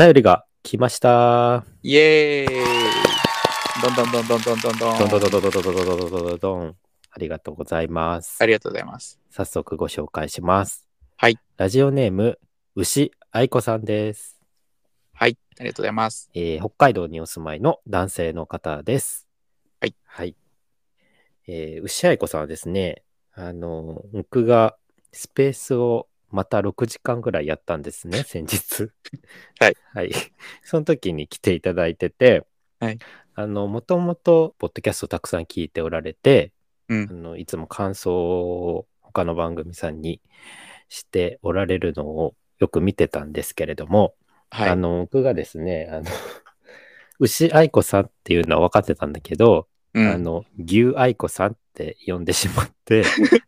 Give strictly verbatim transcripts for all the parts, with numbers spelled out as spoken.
便りが来ました。 イエーイ。どんどんどんどんどんどんどん。 どんどんどんどんどんどんどんどんどんどんどんどん。ありがとうございます。 ありがとうございます。 早速ご紹介します。 はい。 ラジオネーム、牛愛子さんです。 はい。ありがとうございます。 えー、北海道にお住まいの男性の方です。 はい。 はい。えー、牛愛子さんはですね、あの、僕がスペースをまたろくじかんぐらいやったんですね、先日。 はい。 はい。その時に来ていただいてて、 はい。 あの、もともと、ポッドキャストたくさん聞いておられて、 うん。 あの、いつも感想を他の番組さんにしておられるのをよく見てたんですけれども、 はい。 あの、僕がですね、あの、牛愛子さんっていうのは分かってたんだけど、 うん、 あの、牛愛子さんって呼んでしまって、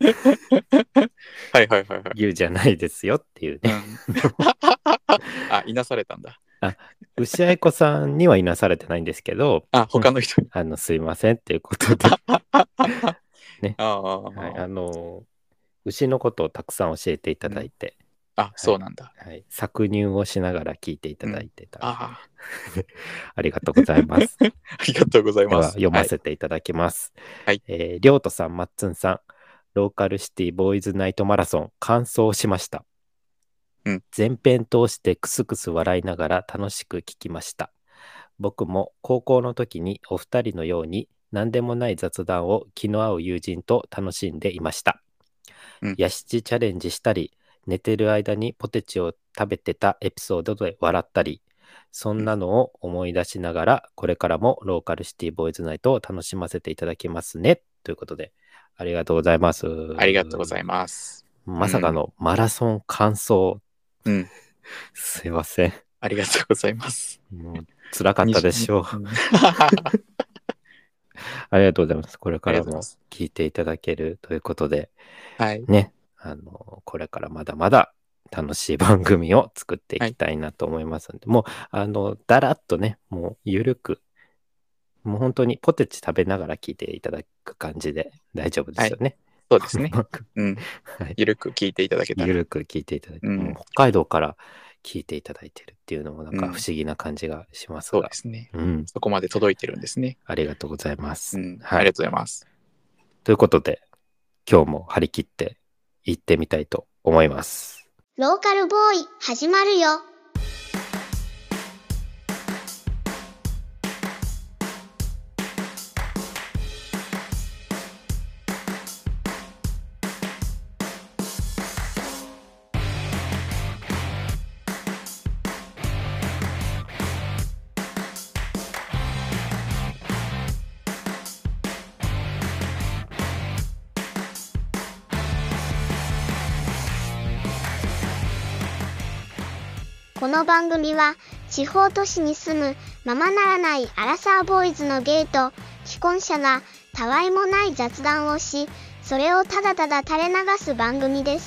はいはいはいはい。 牛じゃないですよっていうね。 うん、あ、いなされたんだ。 あ、牛愛子さんにはいなされてないんですけど、 あ、他の人に。 あの、すいませんっていうことで、ね。 ああ、 はい、あの、牛のことをたくさん教えていただいて、 うん、あ、 はい、 そうなんだ。 はい。搾乳をしながら聞いていただいてた、 うん、あありがとうございます。 ありがとうございでは、 ます。 読ませていただきます。 はい。 えー、りょうとさん、まっつんさん、ローカルシティボーイズナイトマラソン、完走しました。 うん、 前編通してクスクス笑いながら楽しく聞きました。僕も高校の時にお二人のように何でもない雑談を気の合う友人と楽しんでいました。 うん、 ヤシチチャレンジしたり、寝てる間にポテチを食べてたエピソードで笑ったり、そんなのを思い出しながら、これからもローカルシティボーイズナイトを楽しませていただきますね。ということで、ありがとうございます。 ありがとうございます。 まさかのマラソン完走。 うん。 すいません。 ありがとうございます。 もう辛かったでしょう。 うん、 ありがとうございます。これからも聞いていただけるということで、 はい。 ね、あの、これからまだまだ楽しい番組を作っていきたいなと思いますので、はい、もう、あの、だらっとね、もうゆるく、もう本当にポテチ食べながら聞いていただく感じで大丈夫ですよね。はい、 そうですね。うん。はい、ゆるく聞いていただけたら。 ゆるく聞いていただいて、うん、もう北海道から聞いていただいてるっていうのもなんか不思議な感じがしますが、うん、 そうですね、 うん。 そこまで届いてるんですね。 ありがとうございます。 うん、はい、ありがとうございます。 ということで、今日も張り切って行ってみたいと思います。 ローカルボーイ始まるよ。この番組は地方都市に住むままならないアラサーボーイズのゲイと既婚者がたわいもない雑談をし、それをただただ垂れ流す番組です。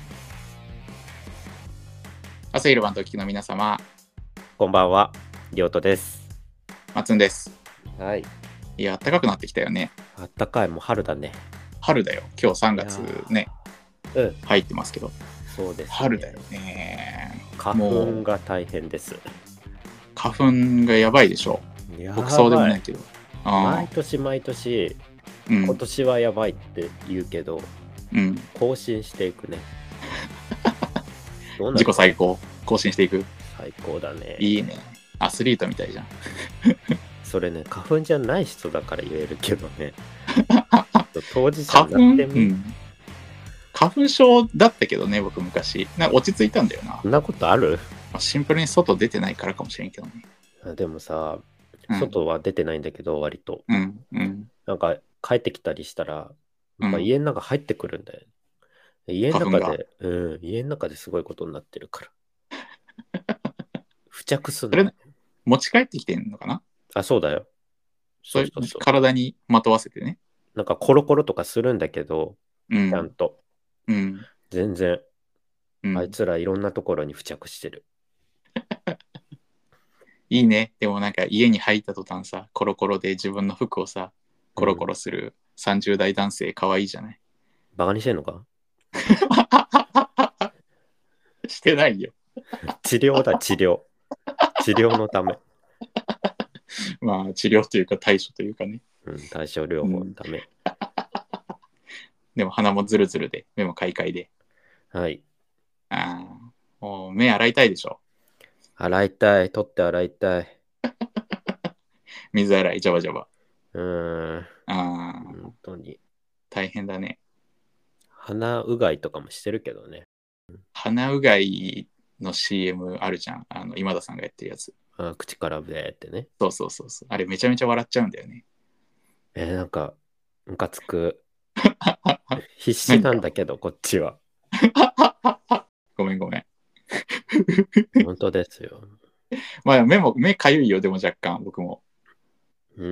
朝昼晩とお聞きの皆様、 こんばんは、りょうとです。 まつんです。 はい。 いや、暖かくなってきたよね。 暖かい、もう春だね。 春だよ。今日さんがつね、うん、入ってますけど。 そうです、ね、 春だよね。 花粉が大変です。 花粉がやばいでしょ。僕そうでもないけど。 毎年毎年、うん、今年はやばいって言うけど、うん、更新していくね。 どうなの？自己最高更新していく。 最高だね。 いいね。アスリートみたいじゃん。 それね、花粉じゃない人だから言えるけどね。当事者になってみ。 花粉症だったけどね、僕昔。なんか落ち着いたんだよな。 そんなことある？ シンプルに外出てないからかもしれんけどね。 でもさ、外は出てないんだけど、割と。 うんうん。 なんか帰ってきたりしたら、やっぱ家の中入ってくるんだよ。うん、家の中で、うん、家の中ですごいことになってるから。付着するの。 持ち帰ってきてんのかな？ あ、そうだよ。 そうそうそう。体にまとわせてね。 なんかコロコロとかするんだけど、うん、ちゃんと。 うん、 全然、うん、あいつらいろんなところに付着してる。 いいね。でもなんか家に入った途端さ、コロコロで自分の服をさ、コロコロするさんじゅう代男性かわいいじゃない？ バカにしてんのか？ してないよ。 治療だ、治療。 治療のため。 まあ治療というか対処というかね。 うん、対症療法のため。 でも鼻もズルズルで、目も快快で。 はい。 ああ、もう目洗いたいでしょ。 洗いたい。取って洗いたい。 水洗い、ジャバジャバ。 うーん。 ああ、 本当に。 大変だね。 鼻うがいとかもしてるけどね。 鼻うがいの シーエム あるじゃん。あの、今田さんがやってるやつ。 あ、口からブーってね。 そうそうそうそう。あれめちゃめちゃ笑っちゃうんだよね。 えー、なんか、ムカつく。必死なんだけど、こっちは。 ごめんごめん。 本当ですよ。 まあ目も、目かゆいよ、でも若干、僕も。 うん。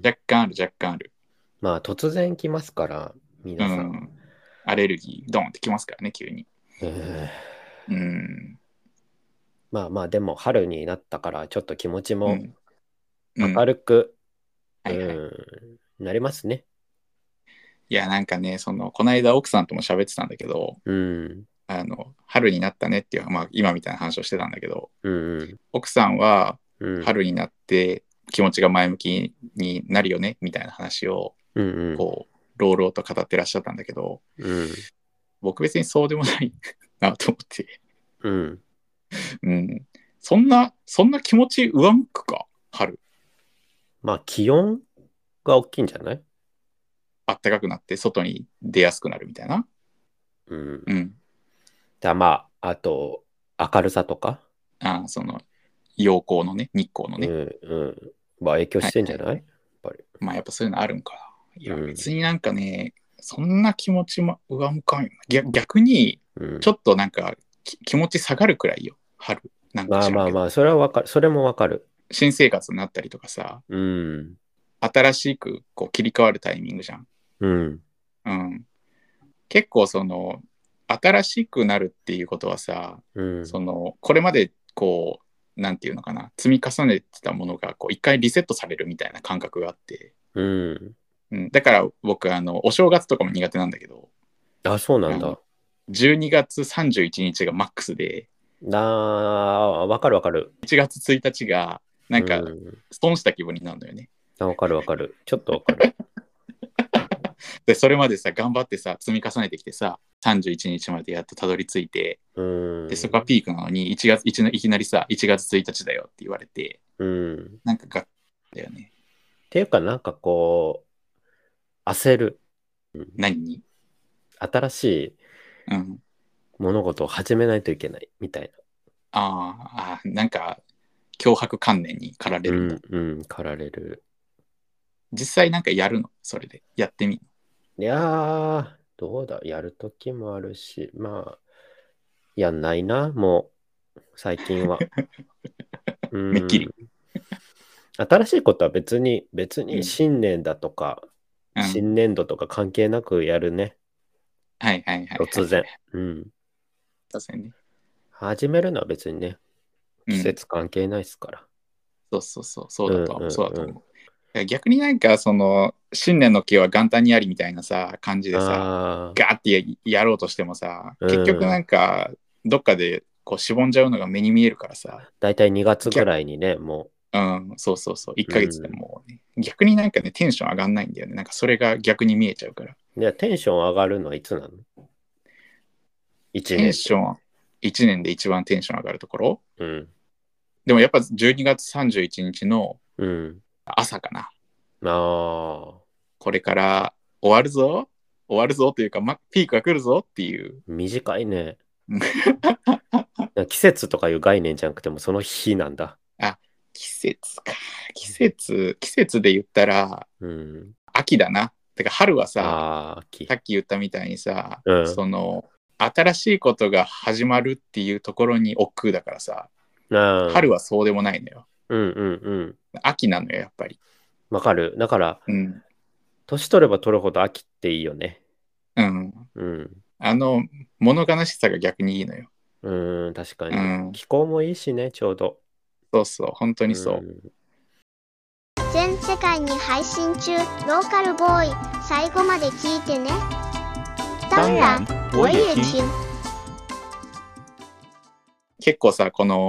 若干ある、若干ある。 まあ、突然来ますから、 う皆さん。 ん。アレルギー、ドンってきますからね、急に。 えーうん。 まあまあ、でも、春になったから、ちょっと気持ちもうんうん明るく、うはいはい。 ん、なりますね。 いや、なんかね、その、この間奥さんとも喋ってたんだけど、 うん。 あの、春になったねっていう、まあ、今みたいな話をしてたんだけど、 うん奥さんは、 うん。 春になって気持ちが前向きになるよね、みたいな話を、 うんうん。 こう、朗々と語ってらっしゃったんだけど、 うん。 僕別にそうでもないなと思って、 うん。 うん。そんな、そんな気持ち上向くか、春。 まあ、気温が大きいんじゃない？ あったかくなって外に出やすくなるみたいな。 うん。 うん。 じゃあまあ、あと、明るさとか、 ああ、その、陽光のね、日光のうね。 んうん。まあ、影響してんじゃない？やっぱり。 まあやっぱそういうのあるんかな。いや、 うん別になんかね、そんな気持ちも上向かんよな。逆逆に、 うん。 ちょっとなんかき気持ち下がるくらいよ、春。なんか知らんけど。 まあまあまあ、それはわかる。それもわかる。 新生活になったりとかさ、 うん。 新しくこう切り替わるタイミングじゃん。 うん。 うん。結構その、新しくなるっていうことはさ、 うん。 その、これまでこう、なんていうのかな、積み重ねてたものがこう一回リセットされるみたいな感覚があって、 うん。 うん、だから僕あのお正月とかも苦手なんだけど、 あ、そうなんだあの。じゅうにがつさんじゅういちにちがマックスで、 ああ、わかるわかる。 いちがつついたちがなんかうん。 損した気分になるのよね。 あ、わかるわかる。ちょっとわかる。 でそれまでさ頑張ってさ積み重ねてきてささんじゅういちにちまでやっとたどり着いて、 うん。 でそこがピークなのにいちがついちいきなりさいちがつついたちだよって言われて、 うん。 なんかがっだよね。 っていうか、なんかこう、焦る。 何に新しいうん物事を始めないといけないみたいあーあーなんか脅迫観念に駆られな。 るんだ、 うん、うん、駆られる。 実際なんかやるのそれでやってみるいやー、どうだ、やるときもあるし、まあ、やんないな、もう、最近は。うめっきりん。新しいことは別に、別にうん新年だとか、 うん新年度とか関係なくやるね。 はいはいはい、はい、 突然。うん。 突然ね。 始めるのは別にね、 うん季節関係ないですから。 そうそうそう、そうだと思う、 うんうんうんそうだと思う。いや逆になんかその新年の気は元旦にありみたいなさ感じでさあガーってややろうとしてもさ、 うん結局なんかどっかでこうしぼんじゃうのが目に見えるからさ、 だいたいにがつぐらいにね、もうんそうそうそういっかげつでもうね、逆になんかねテンション上がんないんだよね。なんかそれが逆に見えちゃうから。 う。いや、テンション上がるのはいつなの？ いちテ年。 ンションいちねんで一番テンション上がるところ、 うん。 でもやっぱじゅうにがつさんじゅういちにちのうん。 朝かな。 ああ。 これから終わるぞ終わるぞというか、ま、ピークが来るぞっていう短いね。季節とかいう概念じゃなくてもその日なんだ。 季節か季節季節で言ったらうん。 秋だな。てか春はさああ、秋。 さっき言ったみたいにさ、 うんその新しいことが始まるっていうところに億劫だからさ、 あ春はそうでもないのよ。 うんうんうん。 秋なのよやっぱり。 わかる。だから、 うん年取れば取るほど秋っていいよね。 うんうん。 あの物悲しさが逆にいいのよ。 うん、確かに。 うん気候もいいしね、ちょうど。 そうそう本当にそう。 ん全世界に配信中ローカルボーイ最後まで聞いてね当然我也听結構さこの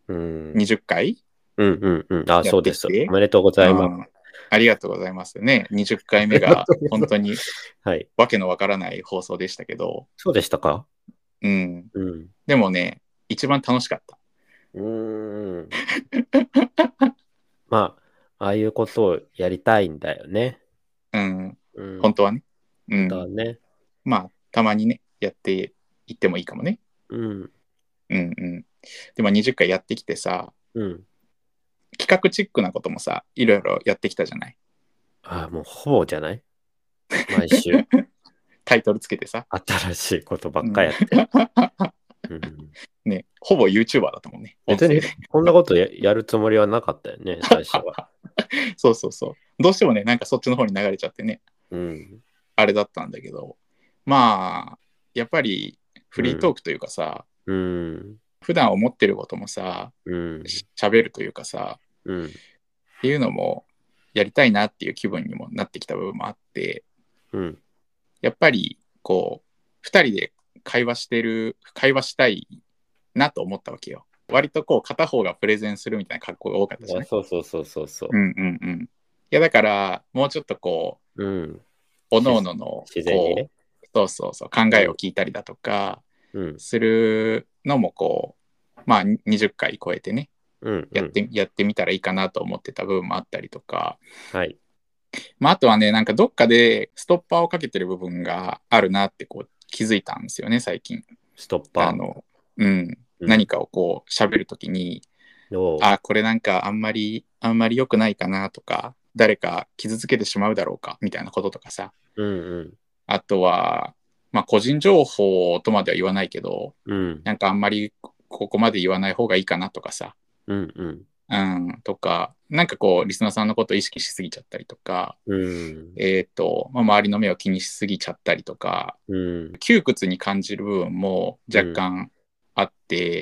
うん。 にじゅっかいうんうんうん。あ、 やそうです。 ってきて、 おめでとうございます。 うんありがとうございますね。にじゅっかいめが本当にはい。 わけのわからない放送でしたけど、 そうでしたか？ うん。 うん。 でもね、一番楽しかった。 うーん。まあ、ああいうことをやりたいんだよね。 うん。 うん。 本当はね。う本当はん。 ね。 まあ、たまにね、やっていってもいいかもね。 うん。 うんうん。でもにじゅっかいやってきてさ、 うん。 企画チックなこともさ、いろいろやってきたじゃない。 ああ、もうほぼじゃない？毎週タイトルつけてさ。 新しいことばっうんかやって。うん。 ね、ほぼ YouTuber だったもんね。音別に声で。 こんなことや、やるつもりはなかったよね、最初は。 そうそうそう。どうしてもね、なんかそっちの方に流れちゃってね、 うん。 あれだったんだけど、まあ、やっぱりフリートークというかさ、 うん。 普段思ってることもさ、 うん。 喋るというかさ、 うん。 っていうのもやりたいなっていう気分にもなってきた部分もあって、 うん。 やっぱりこう、二人で会話してる、会話したいなと思ったわけよ。割とこう、片方がプレゼンするみたいな格好が多かったじゃない？ そうそうそうそうそう。 うんうんうん。いやだからもうちょっとこう。うん。 おのおのの自然にね。 そうそうそう考えを聞いたりだとかするのもこう、まあにじゅっかい超えてね、 うんうん、 やってやってみたらいいかなと思ってた部分もあったりとか、 はい。 まああとはね、なんかどっかでストッパーをかけてる部分があるなってこう気づいたんですよね、最近。 ストッパー。 あの、うん、 うん、 何かをこう喋るときに、あ、これなんかあんまりあんまり良くないかなとか、誰か傷つけてしまうだろうかみたいなこととかさ、 うんうん、 あとは、まあ、個人情報とまでは言わないけど、 うん、 なんかあんまりここまで言わない方がいいかなとかさ、 うんうんうん、とか、なんかこうリスナーさんのことを意識しすぎちゃったりとか、 うん、 えっと、まあ、周りの目を気にしすぎちゃったりとか、 うん、 窮屈に感じる部分も若干あって、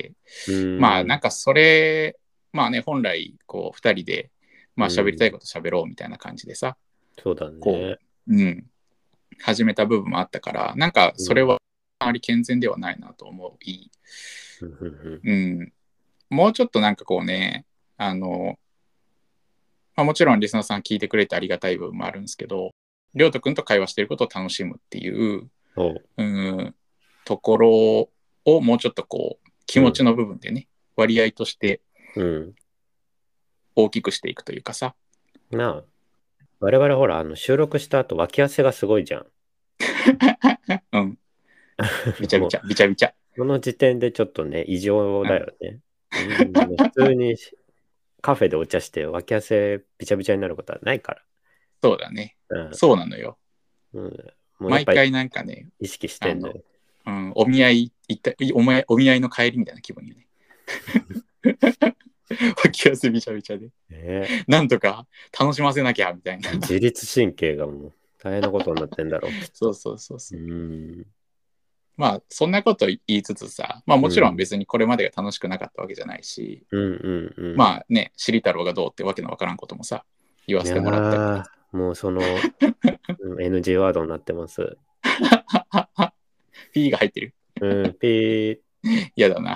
うん、 まあなんかそれ、まあね、本来こうふたりでまあ喋りたいこと喋ろうみたいな感じでさ、 そうだね。 こう、うん、始めた部分もあったから、なんかそれはあまり健全ではないなと思い、うん、もうちょっとなんかこうね、あの、まあ、もちろんリスナーさん聞いてくれてありがたい部分もあるんですけど、りょうとくんと会話してることを楽しむっていう、うん、ところをもうちょっとこう気持ちの部分でね、うん、割合として大きくしていくというかさ。 なあ、我々ほらあの収録した後脇汗がすごいじゃん。 うん。びちゃびちゃびちゃびちゃ。 この時点でちょっとね異常だよね。うん、普通にカフェでお茶して脇汗びちゃびちゃになることはないから。 そうだね。 うん、 そうなのよ。 うん、もう毎回なんかね、 意識してんのよ。 うん、お見合い行ったお見合い、お見合いの帰りみたいな気分よね。脇汗びちゃびちゃで、ね、なんとか楽しませなきゃみたいな。 自律神経がもう大変なことになってんだろう。 そうそうそうそう。 うんまあそんなこと言いつつさ、まあもちろん別にこれまでが楽しくなかったわけじゃないし、 うんうんうん、 まあね、しり太郎がどうってわけのわからんこともさ、言わせてもらったり。もうそのエヌジー ワードになってます。 P が入ってる。 うん、ピー。 やだな。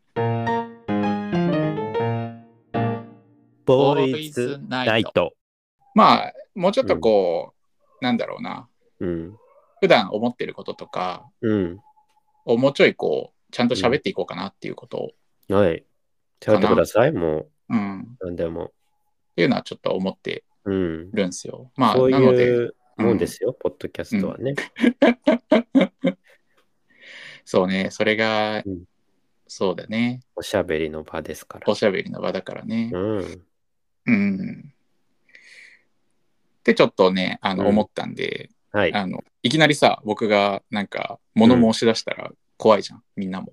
ボーイズナイト。 まあもうちょっとこう、うん、なんだろうな。 うん。 普段思ってることとか、 うん、 をもうちょいこうちゃんと喋っていこうかなっていうことを、 うん、はい喋ってください。もう、うん、 なんでもっていうのはちょっと思ってるんですよ。 うん、まあそういうもんですよ、うん、ポッドキャストはね、 うん、そうね、それが、うん、そうだね、 おしゃべりの場ですから。 おしゃべりの場だからね。 うん、 うん、ってちょっとねあの、うん、思ったんで、はい、あのいきなりさ僕がなんか物申し出したら怖いじゃん、うん、みんなも。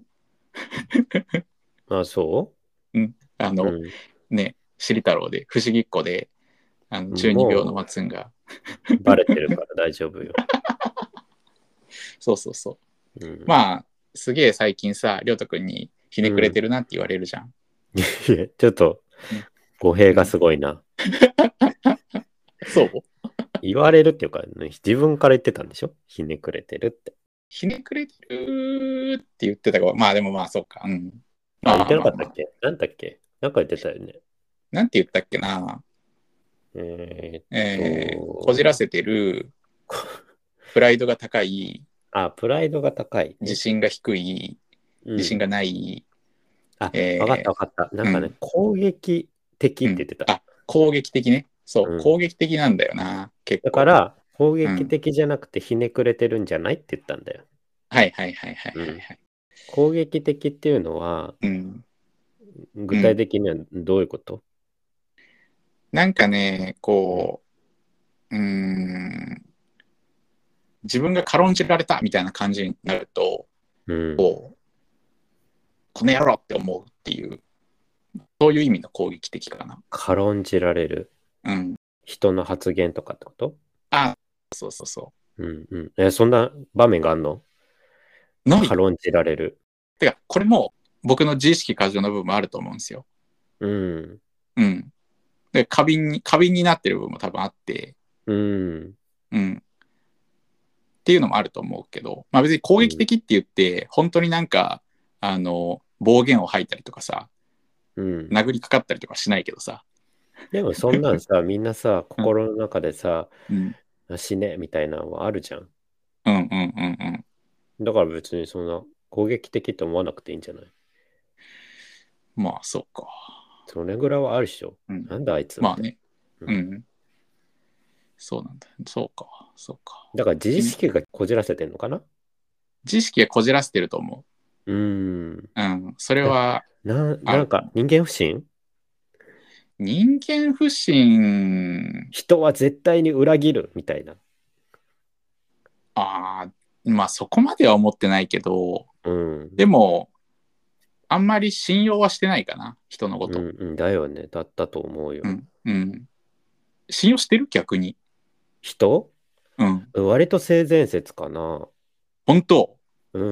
あ、そう？ うん、あの、うん、ね、しり太郎で不思議っ子であの中二病のマツンがバレてるから大丈夫よ。 そうそうそう、うん、まあすげえ最近さりょうとくんにひねくれてるなって言われるじゃん、 うん、ちょっと語弊がすごいな、うん、 そう言われるっていうか自分から言ってたんでしょ、ひねくれてるって。 ひねくれてるって言ってたから、まあでもまあそうか、うん。 あ、言ってなかったっけ、なんだっけ。 なんか言ってたよね。 なんて言ったっけな。 えー、 えー、こじらせてる、プライドが高い、 あ、プライドが高い、ね。 自信が低い、自信がない。 うん、あ、えー、分かった分かった。なんかね、うん、攻撃的って言ってた。 うん、あ、攻撃的ね。そう、うん、攻撃的なんだよな、結構。 だから、攻撃的じゃなくてひねくれてるんじゃないって言ったんだよ。 はいはいはいはいはい、はい、うん。 攻撃的っていうのは、うん、具体的にはどういうこと？ なんかね、こう、うーん、自分が軽んじられたみたいな感じになると、うん、こう、この野郎って思うっていう、そういう意味の攻撃的かな。 軽んじられる。うん。人の発言とかってこと？ あ、そうそうそう。 うんうん。え、そんな場面があんの？軽んじられる。 てか、これも僕の自意識過剰な部分もあると思うんですよ。うん。うん。で、過敏に、過敏になってる部分も多分あって、うん。うん。っていうのもあると思うけど、まあ別に攻撃的って言って、うん、本当になんか、あの、暴言を吐いたりとかさ、うん、殴りかかったりとかしないけどさ。 でもそんなんさ、みんなさ、心の中でさ、うん、死ねみたいなのはあるじゃん。 うんうんうんうん。 だから別にそんな攻撃的って思わなくていいんじゃない？ まあ、そうか。 それぐらいはあるでしょ。うん、なんだあいつって。 まあね。うん。うん、そうなんだ。そうか。そうか。 だから自意識がこじらせてんのかな？ 自意識がこじらせてると思う。うん。うん。それは。 な、なんか人間不信？ 人間不信。 人は絶対に裏切るみたいな。 ああ、まあそこまでは思ってないけど、うん、でも、あんまり信用はしてないかな、人のこと。 うんうん、だよね。だったと思うよ。うん。 うん、信用してる？逆に。 人？うん。割と性善説かな。 本当？うん。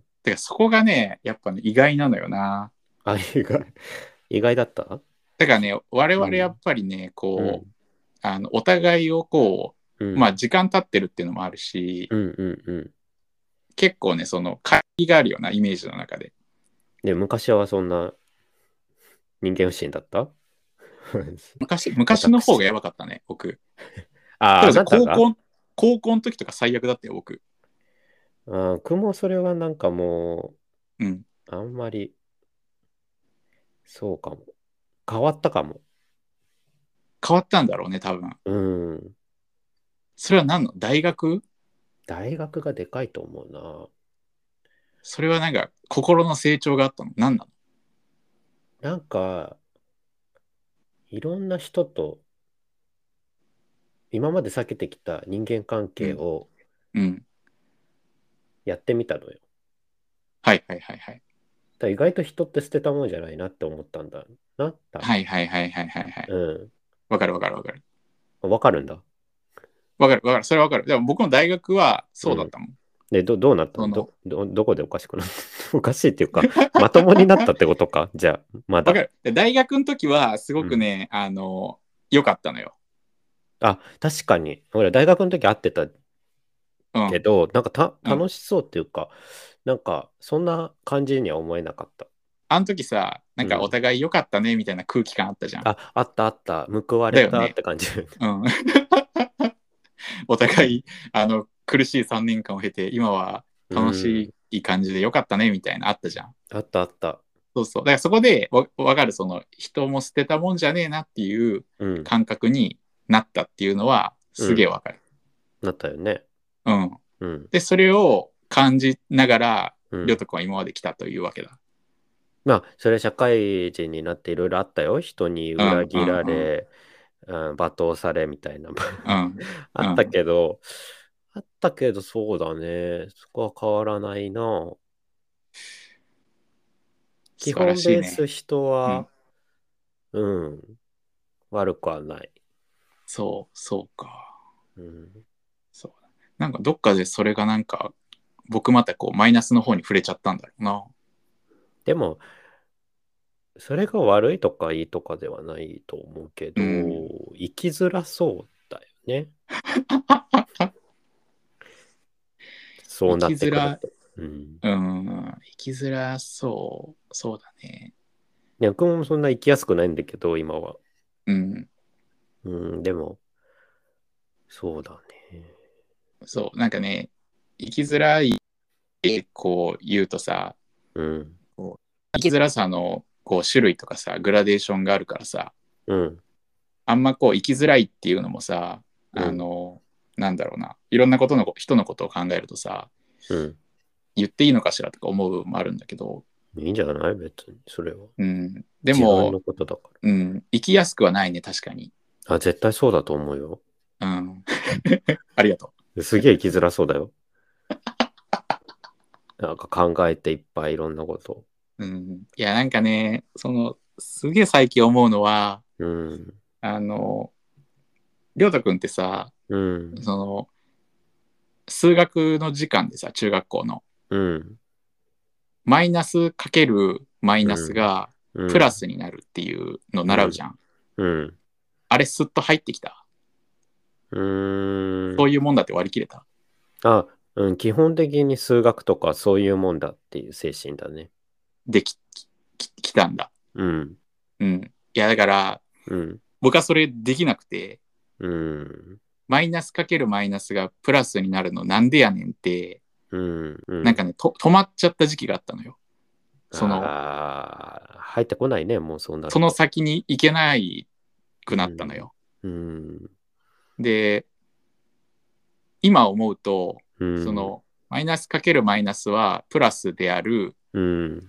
てかそこがね、やっぱね、意外なのよな。 あ、意外。意外だった？だからね、我々やっぱりね、うん、こう、うん、あの、お互いをこう、うん、まあ時間経ってるっていうのもあるし、うんうんうん、結構ね、その、会議があるようなイメージの中で。 で、昔はそんな人間不信だった？ 昔、昔の方がやばかったね、僕。 ああ、 高校、高校の時とか最悪だったよ、僕。 ああ、僕もそれはなんかもう、うん、あんまり、そうかも。変わったかも。 変わったんだろうね、多分。うん。それは何の？大学？ 大学がでかいと思うな。 それはなんか、心の成長があったの？何なの？ なんか、いろんな人と、今まで避けてきた人間関係を、うん。やってみたのよ。 はいはいはいはい。 だ意外と人って捨てたもんじゃないなって思ったんだな。 はいはいはいはいはいはい。うん。わかるわかるわかる。 わかるんだ。 わかるわかる。それはわかる。でも僕の大学はそうだったもん。うん、 で、ど、どうなったの？ど、ど、どこでおかしくなったおかしいっていうか、まともになったってことかじゃあ、まだ。 わかる。大学の時はすごくね、うん、あの、良かったのよ。 あ、確かに。俺、大学の時会ってたけど、うん、なんかた楽しそうっていうか、うん、なんか、そんな感じには思えなかった。 あの時さ、なんかお互い良かったねみたいな空気感あったじゃん。 うん、あ、あったあった。報われたって感じ。ね、うん。 お互い、あの、苦しいさんねんかんを経て、今は楽しい感じで良かったねみたいなあったじゃん。 あったあった。 そうそう。だからそこでわ分かる、その人も捨てたもんじゃねえなっていう感覚になったっていうのはすげえ分かる。 うん、なったよね。 うん。うん、で、それを感じながら、りょうとくんは今まで来たというわけだ。 まあ、それ社会人になっていろいろあったよ。人に裏切られ、うんうんうん、罵倒されみたいな。うん、あったけど、うん、あったけど、そうだね。そこは変わらないな。基本ベース人は、うん、うん、悪くはない。 そう、そうか。うん、そう。なんかどっかでそれがなんか、僕またこうマイナスの方に触れちゃったんだろうな。 でも、それが悪いとかいいとかではないと思うけど、うん、生きづらそうだよね。そうなってくると。 うん、うん、生きづらそう、そうだね。 いや、僕もそんな行きやすくないんだけど、今は。 うん。 うん、でも、そうだね。 そう、なんかね、生きづらいってこう言うとさ、 うん。 こう生きづらさのこう種類とかさ、グラデーションがあるからさ、 うん。 あんまこう生きづらいっていうのもさ、 うんあの、なんだろうな、いろんなことの人のことを考えるとさ、 うん。 言っていいのかしらとか思う部分もあるんだけど、 いいんじゃない別に、それは。 うん、で自分も、 のことだかうん、生きやすくはないね、確かに。 ら。あ、絶対そうだと思うよ。 うん。ありがとすげえ生きづらそうだよ。なんか考えていっぱいいろんなこと。 う。うん。いや、なんかね、その、すげえ最近思うのは、 うん。 あの、りょうたくんってさ、 うん。 その、数学の時間でさ、中学校の、 うん。 マイナスかけるマイナスうん。 がうん。 プラスになるっていうのを習うじゃん。 うん。 あれ、スッと入ってきた。 うーん。 そういうもんだって割り切れた。 あ、うん、基本的に数学とかそういうもんだっていう精神だね。 でき、き、きたんだ。 うん。 うん。いや、だから、 うん。 僕はそれできなくて、 うん。 マイナスかけるマイナスがプラスになるのなんでやねんって、 うん。うん。 なんかね、と止まっちゃった時期があったのよ。その、 ああ、入ってこないね、もうそうなるそのと。 先に行けないくなったのよ。 うん。 で、今思うと、 うん。 その、マイナスかけるマイナスはプラスである。 うん。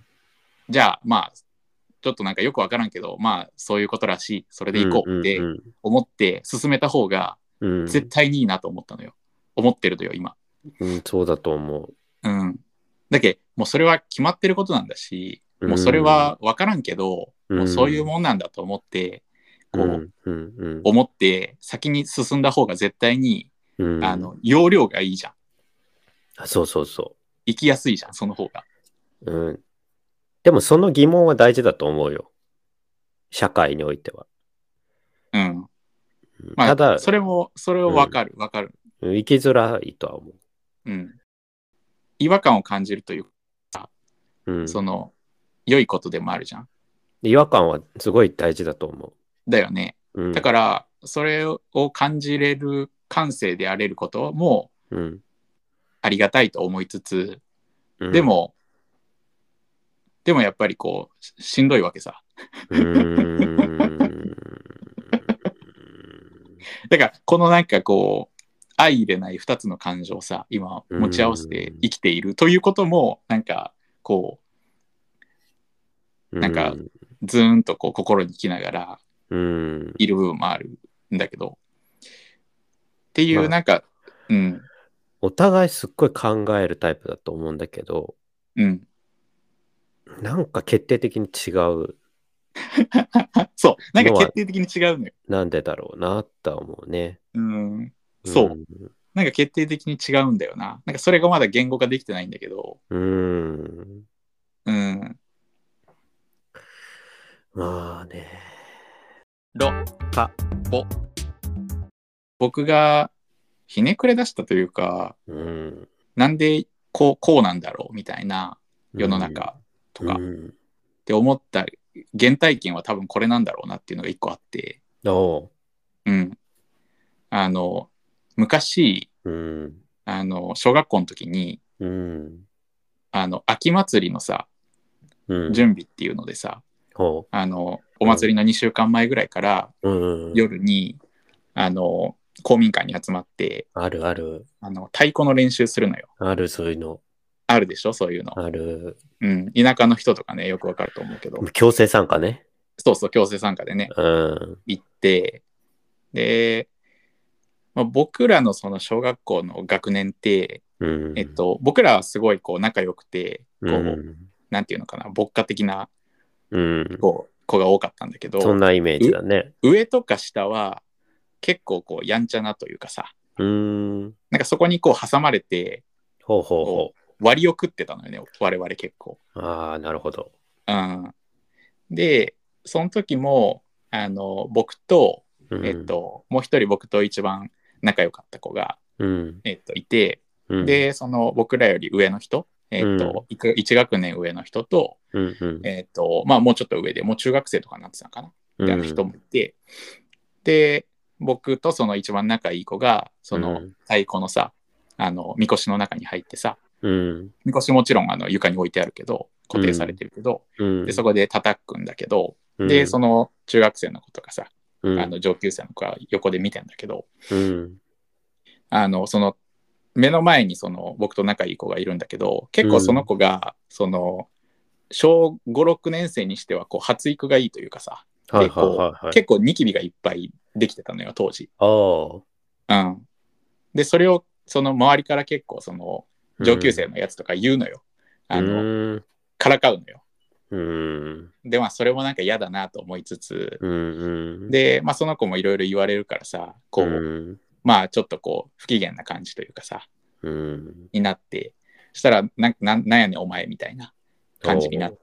じゃあ、まあ、ちょっとなんかよくわからんけど、まあ、そういうことらしい。それで行こうって思って進めた方が、絶対にいいなと思ったのよ。思ってるのよ、今。 うん、そうだと思う。 うん。だけもうそれは決まってることなんだし、もうそれはわからんけど、 うん、 もうそういうもんなんだと思って、こう、 うんうんうん、 思って先に進んだ方が絶対に、 うん、 あの、容量がいいじゃん。 そうそうそ生きやすいじゃん、その方が。 う。うん。でもその疑問は大事だと思うよ。社会においては。 うん。まあ、 ただ、 それも、それはわかる、わ、うん、かる。 生きづらいとは思う。 うん。違和感を感じるというか、うん、その、良いことでもあるじゃん。 違和感はすごい大事だと思う。 だよね。うん、だから、それを感じれる感性であれることも、ありがたいと思いつつ、うん、でも、でもやっぱりこう、しんどいわけさ。うーんだから、このなんかこう、相入れない二つの感情をさ、今持ち合わせて生きているということも、なんかこう、なんかずーんとこう心にきながらいる部分もあるんだけど、っていうなんか、まあ、うん。 お互いすっごい考えるタイプだと思うんだけど、 うん。 なんか決定的に違う。 そう、なんか決定的に違うのよ。 なんでだろうなと思うね。 うん。そう。うん、なんか決定的に違うんだよな。なんかそれがまだ言語化できてないんだけど。 うーん。 うん。 まあね。 ろ、か、ぼ。僕がひねくれ出したというか、うん、なんでこう、こうなんだろうみたいな世の中とか、うん、って思った原体験は多分これなんだろうなっていうのが一個あって、 おうん。あの、昔、うん、あの、小学校の時に、うん、あの、秋祭りのさ、うん、準備っていうのでさ、あの、お祭りのにしゅうかんまえぐらいから、うん、夜に、あの、公民館に集まって、 あるある。 あの、太鼓の練習するのよ。 ある、そういうの。 あるでしょ、そういうの。 ある。 うん。田舎の人とかね、よくわかると思うけど。 強制参加ね。 そうそう、強制参加でね。うん。行って、で、まあ、僕らのその小学校の学年って、うん、えっと、僕らはすごいこう仲良くて、こう、うん、なんていうのかな、牧歌的な、うん、こう子が多かったんだけど、 そんなイメージだね。 上とか下は結構こうやんちゃなというかさ、うん、なんかそこにこう挟まれて、 ほうほうほう、 割を食ってたのよね、我々結構。 ああ、なるほど。 うん、で、その時もあの僕と、えっと、もう一人僕と一番仲良かった子が、うん、えっと、いて、うん、でその僕らより上の人えーとうん、いち学年上の人と、 うんうん、 えーとまあ、もうちょっと上でもう中学生とかになってたのかなみたいな人もいて、うん、で僕とその一番仲いい子がその太鼓のさ、あのみこしの中に入ってさ、 うん、 みこしもちろんあの床に置いてあるけど固定されてるけど、うん、でそこで叩くんだけど、うん、でその中学生の子とかさ、うん、あの上級生の子が横で見てんだけど、うん、あのその目の前にその僕と仲いい子がいるんだけど、結構その子がその小ご、ろくねん生にしてはこう発育がいいというかさ、結構、はいはいはいはい、結構ニキビがいっぱいできてたのよ当時。うん、でそれをその周りから結構その上級生のやつとか言うのよ。うん、あのからかうのよ。うん、でまあそれもなんか嫌だなと思いつつ、うんうん、でまあその子もいろいろ言われるからさ、こう、うん、まあちょっとこう不機嫌な感じというかさ、うん、になって、そしたらな な, なんやねんお前みたいな感じになって、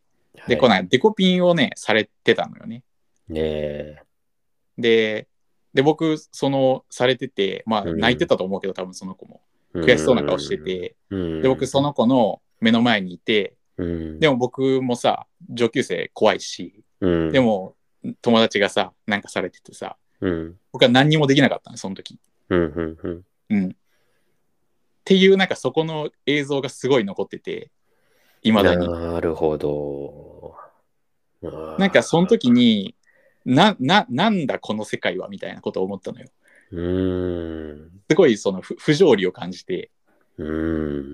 で、はい、このデコピンをねされてたのよね。ねでで僕そのされてて、まあ泣いてたと思うけど、うん、多分その子も悔しそうな顔してて、うん、で僕その子の目の前にいて、うん、でも僕もさ上級生怖いし、うん、でも友達がさなんかされててさ、うん、僕は何にもできなかったのその時、うんうんうんうん、っていうなんかそこの映像がすごい残ってて、いまだに。 なるほど。 なんかその時になななんだこの世界はみたいなことを思ったのよ。うーん、すごいその不条理を感じて、うーん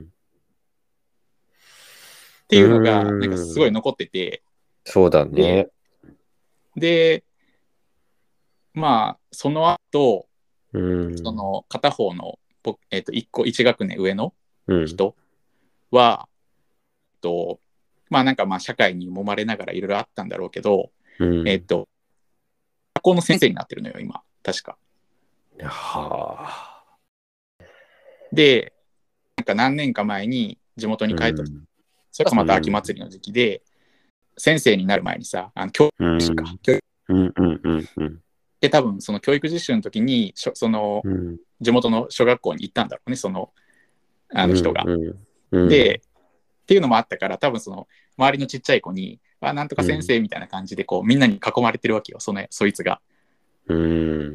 っていうのがなんかすごい残ってて、 そうだね。 で、でまあその後、うん、その片方の、えー、といっこいち学年上の人は、うん、とまあなんかまあ社会に揉まれながらいろいろあったんだろうけど、うん、えっ、ー、と学校の先生になってるのよ今確か。はあ。でなんか何年か前に地元に帰った、うん、それこそまた秋祭りの時期で、うん、先生になる前にさあの教育実習か、うんうんうんうん、で多分その教育実習の時にその、うん、地元の小学校に行ったんだろうねそのあの人が、うんうん、でっていうのもあったから多分その周りのちっちゃい子にあなんとか先生みたいな感じでこうみんなに囲まれてるわけよそのそいつが、うん、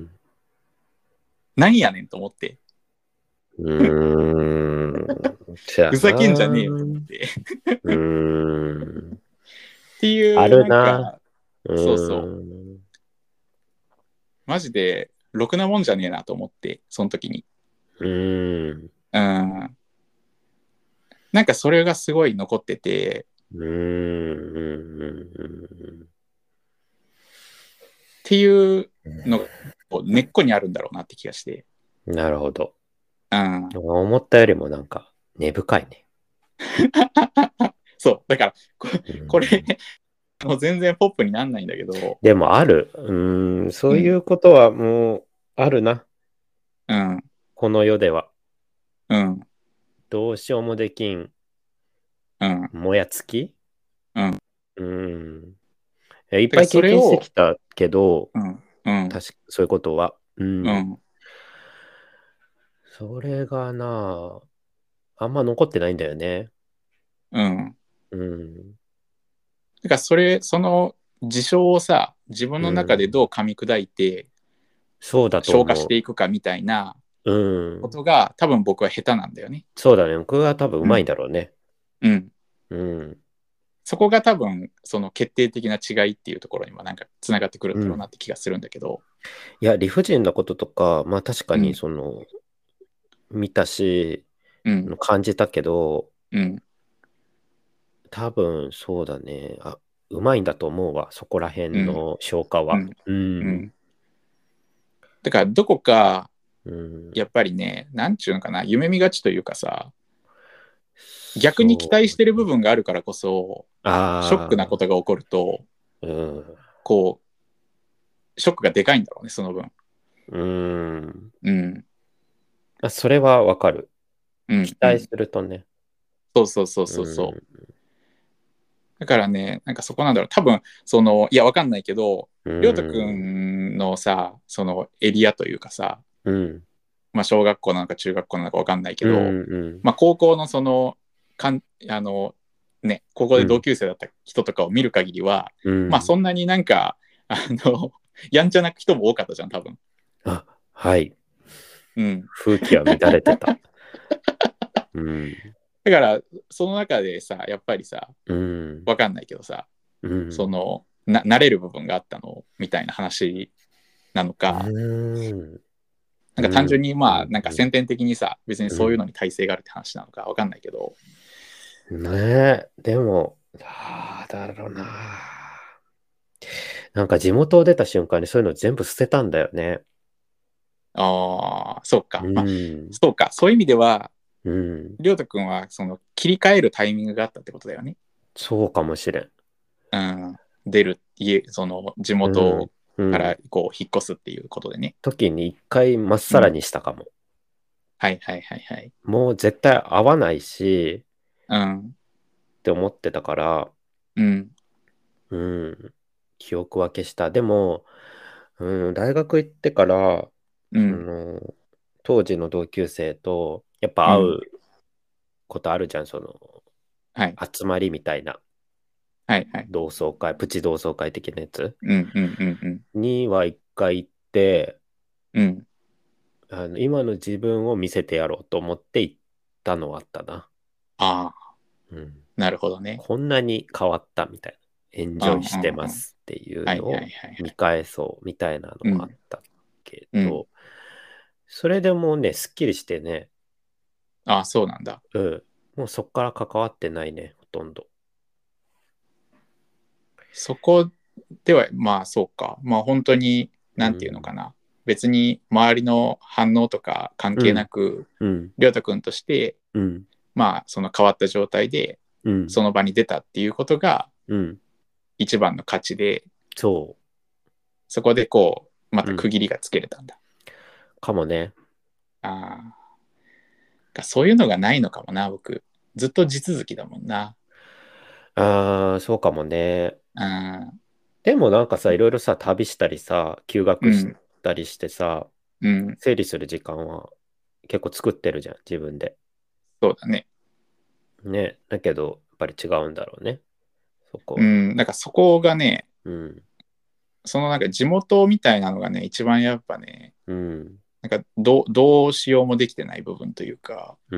何やねんと思って、うーんふざけんじゃねえよと思ってうーんっていうあるななんかそうそうマジでろくなもんじゃねえなと思ってその時にうーんうんなんかそれがすごい残ってて、うーんっていうのが根っこにあるんだろうなって気がして。 なるほど。うん、思ったよりもなんか根深いね。 そうだからこ, これ、うん、もう全然ポップになんないんだけど。 でもある。うん、そういうことはもうあるな。うん。この世では。うん。どうしようもできん。うん。もやつき。うん。うん。いっぱい経験してきたけど、うんうん、確かそういうことは。うん。うん、それがな、あんま残ってないんだよね。うん。 うん。だからそれ、その事象をさ、自分の中でどう噛み砕いて、うん、 そうだと消化していくかみたいなことが、うん、多分僕は下手なんだよね。 そうだね。僕は多分うまいんだろうね。うん。 うん。うんそこが多分その決定的な違いっていうところにもなんかつながってくるんだろうなって気がするんだけど、 うん、いや理不尽なこととかまあ確かにその、うん、見たし、うん、感じたけど、うん、多分そうだねあうまいんだと思うわそこら辺の消化は、うんうんうん、 だからどこかやっぱりねなんちゅうのかな夢見がちというかさ逆に期待してる部分があるからこそショックなことが起こると、うん、こうショックがでかいんだろうねその分。うん。 うん。あそれはわかる、うん。期待するとね。 そうそうそうそうそう。うん、だからねなんかそこなんだろう多分そのいやわかんないけどりょうたくんのさそのエリアというかさ、うん、まあ小学校なのか中学校なのかわかんないけど、うんうん、まあ高校のそのかんあのねここで同級生だった人とかを見る限りは、 うん、 まあそんなになんかあのやんちゃな人も多かったじゃん多分。 あ、はい。 うん。 風紀は乱れてた。うん。 だからその中でさやっぱりさ、 うん、 わかんないけどさ、 うん、 そのな慣れる部分があったのみたいな話なのか、 うん、 なんか単純にまあうんなんか先天的にさ別にそういうのに耐性があるって話なのかわかんないけど、 ねえ、でも、ああ、だろうな。なんか地元を出た瞬間にそういうの全部捨てたんだよね。 ああそうか、 うまあん、 そうか、そういう意味ではうん、 りょうたくんはその切り替えるタイミングがあったってことだよね。 そうかもしれん。 うん、出る家その地うん、 元うん。 からこう引っ越すっていうことでね。 時に一回まっさらにしたかも。 はいはいはいはい。 もう絶対合わないし、 うんって思ってたから、 うんうん、記憶は消した。でも、うん、大学行ってから、そうんの、当時の同級生と、やっぱうん会うことあるじゃん、その、 はい集まりみたいな、 はいはい。 同窓会、プチ同窓会的なやつうんうんうんうんには一回行って、 うんあの、今の自分を見せてやろうと思って行ったのはあったな。 ああうん。 なるほどね。 こんなに変わったみたいな。エンうんうんジョイしてまうんすっていうはいはいはのをいはい見返そうみたいなのはあっうんたけうんど、それでもうね、すっきりしてね、 ああそうなんだ。 うん。もうそっから関わってないね、ほとんど。 そこではまあそうか、まあ本当にうなんていうのかん。 な、別に周りの反応とか関係なうん。 くうん。 りょうたくんとしてうん。 まあその変わった状態でうん。 その場に出たっていうことがうん。 一番の価値で、 そそこでこうまう。うん。 た区切りがつけれたんだ。 かもね。 ああそういうのがないのかもな僕。ずっと地続きだもんな。 ああ、そうかもね。 あでもなんかさ、いろいろさ、旅したりさ、休学しうんたりしてさ、 うん整理する時間は結構作ってるじゃん、自分で。 そうだね。 ね。だけど、やっぱり違うんだろうね。そこは。 うんなんかそこがね、 うん。 そのなんか地元みたいなのがね一番やっぱね、 うん。 なんかどどうしようもできてない部分というか、 うん。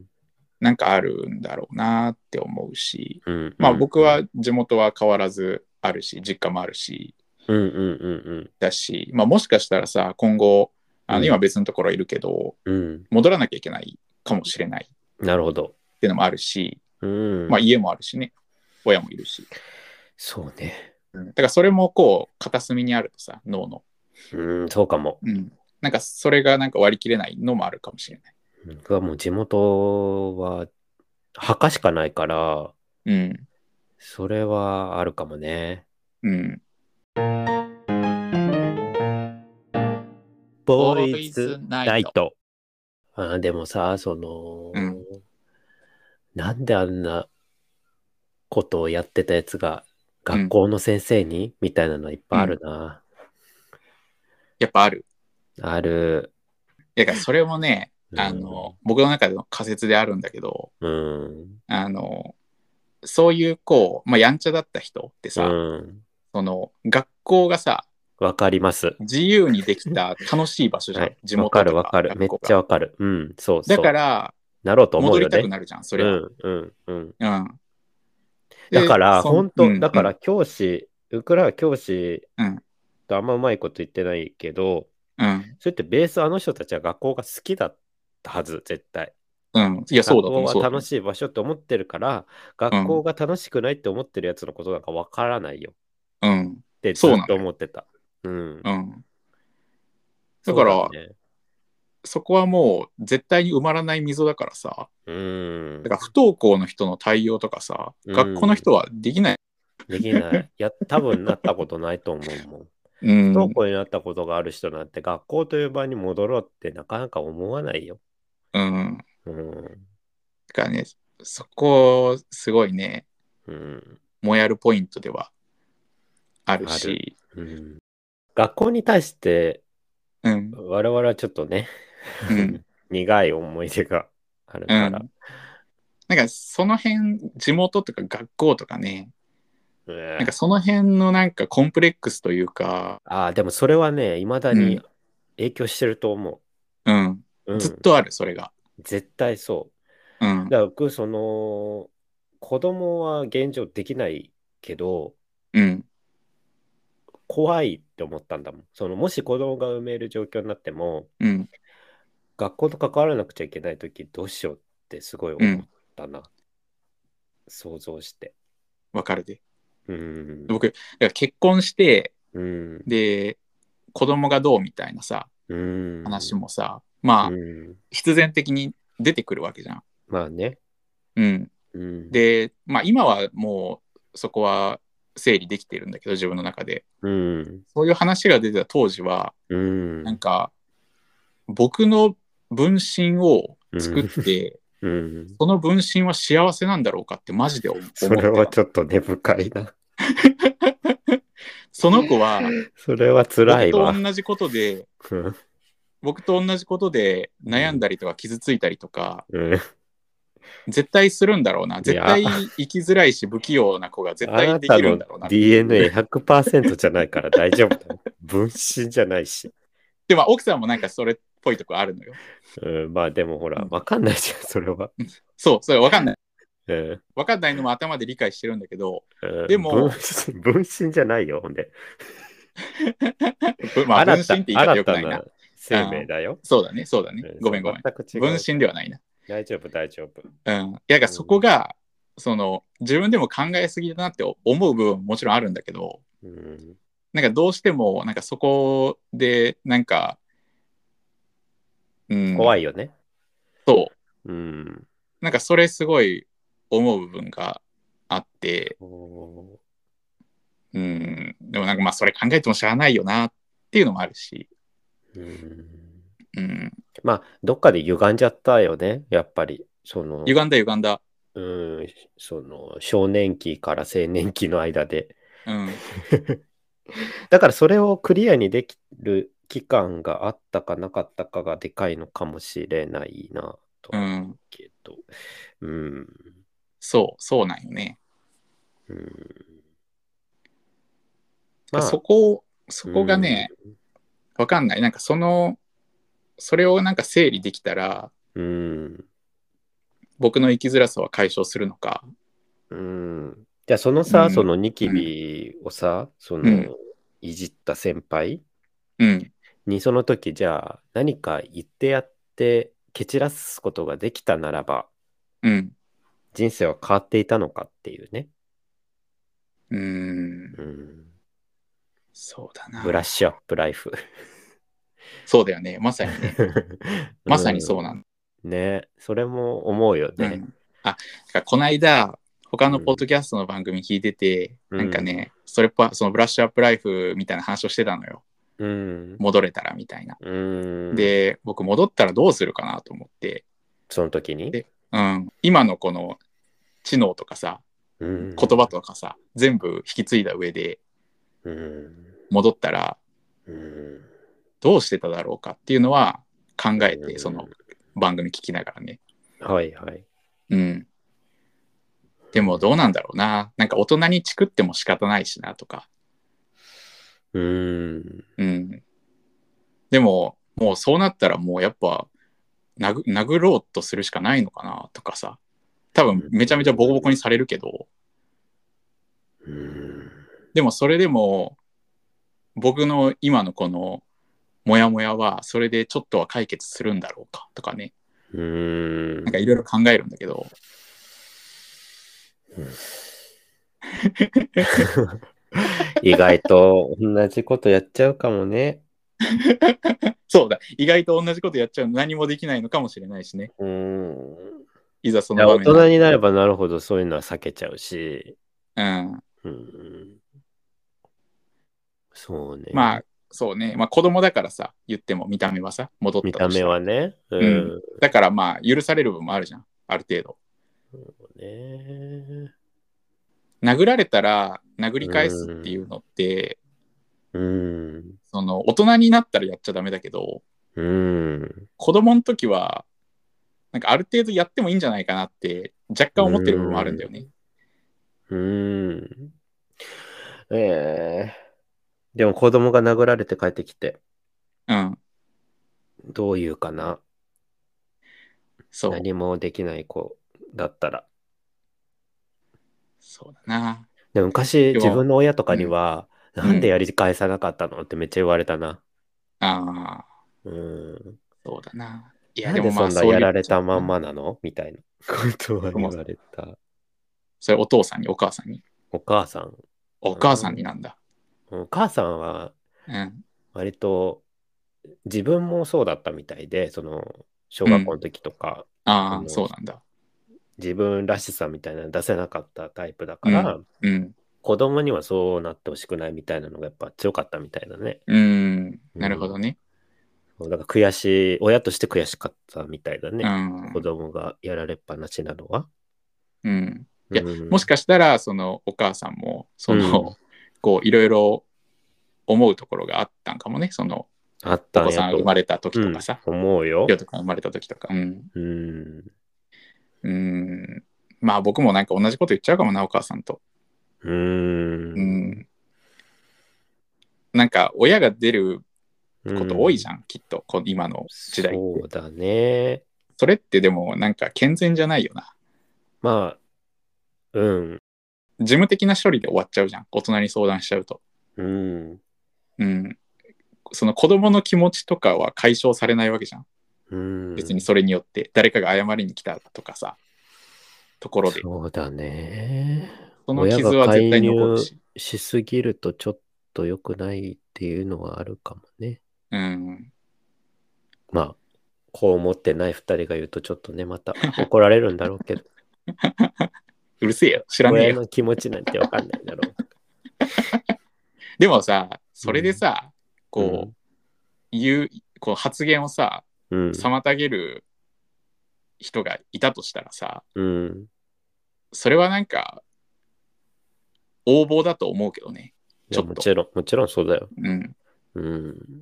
なんかあるんだろうなって思うし、 うん。うん。 まあ僕は地元は変わらずあるし、実家もあるし、 うん。うん。うん。 だし、まあもしかしたらさ、今後、あのうん。 今別のところいるけど、 うん。 戻らなきゃいけないかもしれないっなるほど。 ていうのもあるし、 うん。 まあ家もあるしね、親もいるし。 そうね。 うん、だからそれもこう片隅にあるとさ、脳の。 うん、そうかも。 うん。なんかそれがなんか割り切れないのもあるかもしれない。 僕はもう地元は墓しかないから、 うん。 それはあるかもね。 うん。 ボーボーイイズズナイト。 ナイト。あーでもさ、その、 うん。 なんであんなことをやってたやつが学うん。 校の先生にみたいなのいっぱいあうん。 るな。 やっぱある。 ある。 だからそれもね、 うあの、 ん。 僕の中での仮説であるんだけど、 うん。 あの、そういうこう、まあ、やんちゃだった人ってうさ、 ん。 その学校がさ、 わかります。 自由にできた楽しい場所じゃん。 はい。 地わか元とかるわかる。めっ学校が。 ちゃわかる。うん。そうだかそう。 ら、 なろうと思う戻りよね。 たくなるじゃん、そりゃ。 うんうんうん。 うん。で、 だから、 そん、 本当うん、 だから教師、ウクライナ教師うん、 とあんまうまいこと言ってないけど、 うん、 それってベースあの人たちは学校が好きだったはず、絶対。 うん。いや、そうだと思う、 学校はそうだと思楽しい場所って思ってるから、 う。 学うん、 校が楽しくないって思ってるやつのことなんかわからないようん。 ってずっとそうなのよ。 思ってた。うん。 うん。だそうだから、 ね。 そこはもう絶対に埋まらない溝だからさ、 うん。 だから不登校の人の対応とかさ、 う学校のん。 人はできない。 できない。いや、多分なったことないと思うもん。 う不登ん、 校になったことがある人なんて学校という場に戻ろうってなかなか思わないよ。 うん。 うん。 だからね、そこ、すごいね、 うん。 もやるポイントではあるある。 し、 うん。学校に対してうん、 我々はちょっとね、 うん、 苦い思い出があるうから。 ん。 なんかその辺、地元とか学校とかね、 えーなんかその辺のなんかコンプレックスというか、 ああ、でもそれはね、いまだに影響してると思うん、 う。うん、 ずっとある、それが。 絶対そう。 うん、 だから僕、その、子供は現状できないけど、 うん、 怖いって思ったんだもん。その、もし子供が産める状況になっても、 うん、 学校と関わらなくちゃいけないときどうしようってすごい思っうん、 たな。想像して。 わかるで。 うん。 僕、だから結婚して、 うん。 で、子供がどうみたいなさ、 うん。 話もさ、まあ、 うん。 必然的に出てくるわけじゃん。 まあね。 うん。 うん。 で、まあ今はもうそこは整理できてるんだけど、自分の中で。 うん。 そういう話が出てた当時は、 うん。 なんか、僕の分身を作っうん。 て、 うん。 その分身は幸せなんだろうかってマジで思ってそれはた。 ちょっと根深いな。 その子は、 それは辛僕といわ。 同じことで、 うん。 僕と同じことで悩んだりとか傷ついたりとか、 うん。 絶対するんだろうな。 い絶対や、 生きづらいし不器用な子が絶あ対でなたのきるんだろうなっていう。 ディーエヌエーひゃくパーセント じゃないから大丈夫だよ。分身じゃないし。 でも奥さんもなんかそれっぽいとこあるのよ。 うん、まあでもほら、わかんないじゃん、それは。 そう、それわかんない。 うん、 わかんないのも頭で理解してるんだけど、 うん、 でも分身、分身じゃないよ、ほんで。 ぶまあ分新た、 身って言い方よ新たくないな。 な生命だよ。 そうだね、そうだね。 うんごめんごめん。 全く違う。 分身ではないな。 大丈夫、大丈夫。 うん。いや、だからそこが、その、自分でも考えすぎだなって思う部分ももちろんあるんだけど、 うん、 なんかどうしても、なんかそこで、なんか、うん、 怖いよね。 そうん。 う。なんかそれすごい思う部分があって、 おうん。でもなんかまあそれ考えてもしゃあないよなっていうのもあるし、 うんうん。 まあ、どっかで歪んじゃったよね、やっぱり。その、 歪んだ歪んだ。 うん、その、少年期から青年期の間で。 うん。 だからそれをクリアにできる期間があったかなかったかがでかいのかもしれないなと思うけど。うん。 そう、そうなんよね。 うん、まあ、 そこ、そこがね、わかんない。なんかその、それをなんか整理できたら、 うん。 僕の生きづらさは解消するのか。 うん。じゃあそのさ、 うんそのニキビをさ、その、 うんいじった先輩うん。 にその時じゃあ何か言ってやって蹴散らすことができたならばうん。 人生は変わっていたのかっていうね。 うー。 うんん。 そうだな。 ブラッシュアップライフ。 そうだよね。まさにね。まさにそうなんだ。 うんね、それも思うよね。 うん。あ、だからこの間、他のポッドキャストの番組聞いてて、 うんなんかね、それっぽそのブラッシュアップライフみたいな話をしてたのよ。 うん。 戻れたらみたいな。 うん。 で、僕戻ったらどうするかなと思って、 その時に、 で、うん、今のこの知能とかさ、 うん、 言葉とかさ、全部引き継いだ上でうん。 戻ったらうん。 どうしてただろうかっていうのは考えて、 うんその番組聞きながらね。 はいはい。 うん。でもどうなんだろうな。なんか大人にチクっても仕方ないしなとか。 うん。 うん。でも、もうそうなったらもうやっぱ殴、殴ろうとするしかないのかなとかさ。多分めちゃめちゃボコボコにされるけど、 うん。 でもそれでも僕の今のこのモヤモヤはそれでちょっとは解決するんだろうかとかね。 うん。 なんかいろいろ考えるんだけど。 意外と同じことやっちゃうかもね。 そうだ。意外と同じことやっちゃう何もできないのかもしれないしね。 うん。 いざそいや、大の場面人になればなるほどそういうのは避けちゃうし。 うん。 うん。そうね。 まあ、そうね。まあ子供だからさ、言っても見た目はさ、戻った見た目としたら。 はね。ううんん。だからまあ、許される部分もあるじゃん。ある程度。 そうね。 殴られたら殴り返すっていうのって、 うん。 その大人になったらやっちゃダメだけど、 うん。 子供の時はなんかある程度やってもいいんじゃないかなって若干思ってる部分もあるんだよね。 うーん。えー、でも子供が殴られて帰ってきて、 うん。 どういうかな。 そう。 何もできない子だったら。 そうだな。 でも昔、 でも自分の親とかには、 うんなんでやり返さなかったのってめっちゃ言われたな。 ああ、 うん。 そうだな。いや、 なんでもまでそんなやあそういう。 られたまんまなのみたいなことは言われた。 それお父さんに、お母さんに。 お母さん。 お母さんになんだ。 お母さんは、 うん。 割と、自分もそうだったみたいで、その、小学校の時とか、 ああ、 あのそうなんだ。 自分らしさみたいなの出せなかったタイプだから、 うん。 子供にはそうなってほしくないみたいなのがやっぱ強かったみたいだね。 うん。なるほどね。 そうだから悔しい、親として悔しかったみたいだね。 うん。 子供がやられっぱなしなのは。 うん。いや、 うんもしかしたら、そのお母さんも、その、 うんこう、いろいろ思うところがあったんかもね。その、 あったお子さんんやと生まれた時とかさ。 うん、思うよ。 りょうとか生まれた時とか。うん。 うん。 うん。まあ僕もなんか同じこと言っちゃうかもな、お母さんと。 うーん。 うん。なんか親が出ること多いじゃん、きっと、こ今の時代って。 そうだね。 それってでもなんか健全じゃないよな。 まあ、うん。 事務的な処理で終わっちゃうじゃん、大人に相談しちゃうと。 うん。 うん。その子供の気持ちとかは解消されないわけじゃん。 うん。 別にそれによって誰かが謝りに来たとかさ、ところで。 そうだね。 その傷は絶対残るし。 しすぎるとちょっと良くないっていうのはあるかもね。 うん。 まあ、こう思ってない二人が言うとちょっとね、また怒られるんだろうけど。 うるせえよ、知らねえよ。 親の気持ちなんてわかんないだろう。 でもさ、それでさ、うん、こう、うん、言う、こう発言をさ、うん、妨げる人がいたとしたらさ、うん、それはなんか、横暴だと思うけどね。ちょっと。 もちろん、もちろんそうだよ。 うん。 うん。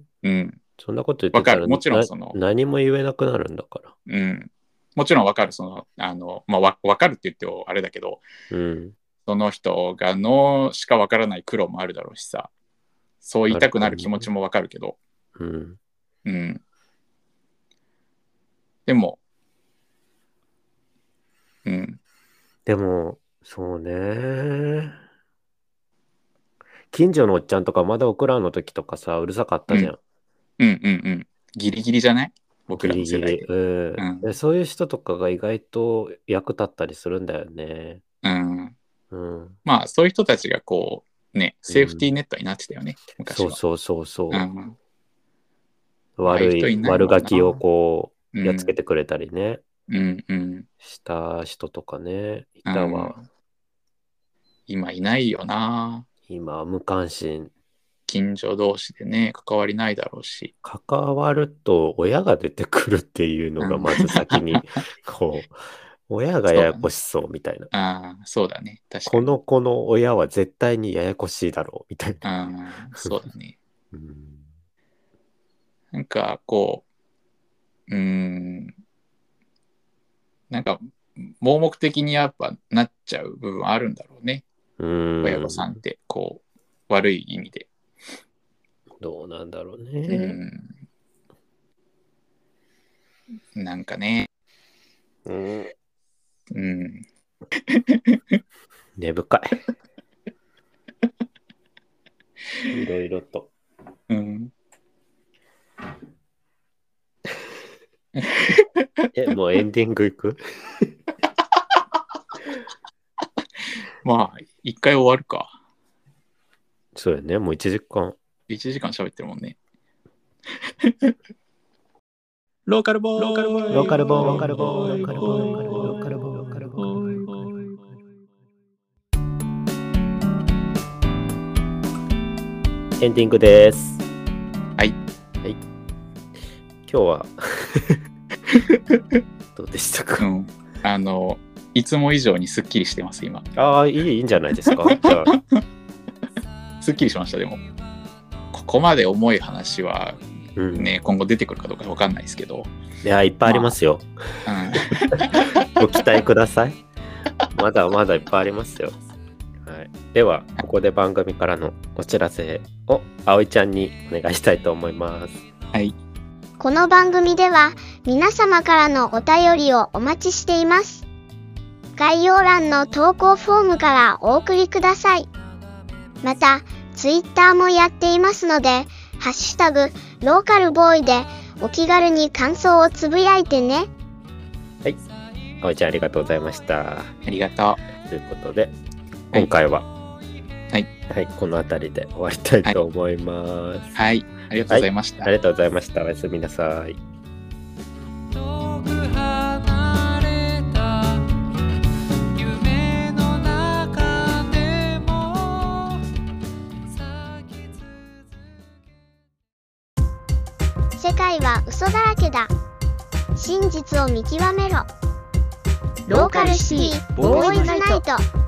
うん。 そんなこと言ってたら、 もちろんその何も言えなくなるんだから。 うん。もちろんわかる。その、あの、まあ、わ、わかるって言ってもあれだけど、うん、その人がのしかわからない苦労もあるだろうしさ、そう言いたくなる気持ちもわかるけど、うん。うん。でも、うん。 でも、そうね。近所のおっちゃんとかまだ僕らの時とかさ、うるさかったじゃん。 うん、うん、うんうん。ギリギリじゃない？僕らの世代で。 ギリギリ、うんうん、でそういう人とかが意外と役立ったりするんだよね。 うん。うん、まあ、そういう人たちがこう、ね、セーフティーネットになってたよね、うん、昔は。 そうそうそうそう。うん、 悪い、い悪ガキをこう、やっつけてくれたりね。 うんうん。 した人とかね、いたわ。うん、 今いないよな。 今、無関心。 近所同士でね、関わりないだろうし。 関わると親が出てくるっていうのがまず先に、こう、親がややこしそうみたいな。 ああ、そうだね。確かに。 この子の親は絶対にややこしいだろうみたいな。 ああ、そうだね。うん、なんか、こう、うーん、なんか、盲目的にやっぱなっちゃう部分あるんだろうね。うん親御さんって、こう、悪い意味で。 どうなんだろうね。 うん。なんかね。 うん。 うん。 根深い。いろいろと。うん。え、もうエンディングいく？ まあ、一回終わるか。 そうやね、もういちじかん。 いちじかん喋ってるもんね。ローカルボーイローカルボーイローカルボーイローカルボーイローカルボーイローカルボーイローカルボーイエンディングです。 はい。 はい。今日はどうでしたか？ うん、あのいつも以上にすっきりしてます今。 ああいいいいんじゃないですか。じゃあすっきりしました。でもここまで重い話はね、うん、今後出てくるかどうかわかんないですけど。 いやいっぱいありますよ。まあうん、ご期待ください。 まだまだいっぱいありますよ。はい、ではここで番組からのお知らせを葵ちゃんにお願いしたいと思います。 はい。 この番組では皆様からのお便りをお待ちしています。概要欄の投稿フォームからお送りください。また、ツイッターもやっていますので、ハッシュタグ、ローカルボーイでお気軽に感想をつぶやいてね。 はい。葵ちゃんありがとうございました。 ありがとう。ということで、今回は、 はい。 はい、この辺りで終わりたいと思います。 はい。はい、ありがとうございました、 はい。ありがとうございました。おやすみなさい。 世界は嘘だらけだ。真実を見極めろ。ローカルシティボーイズナイト。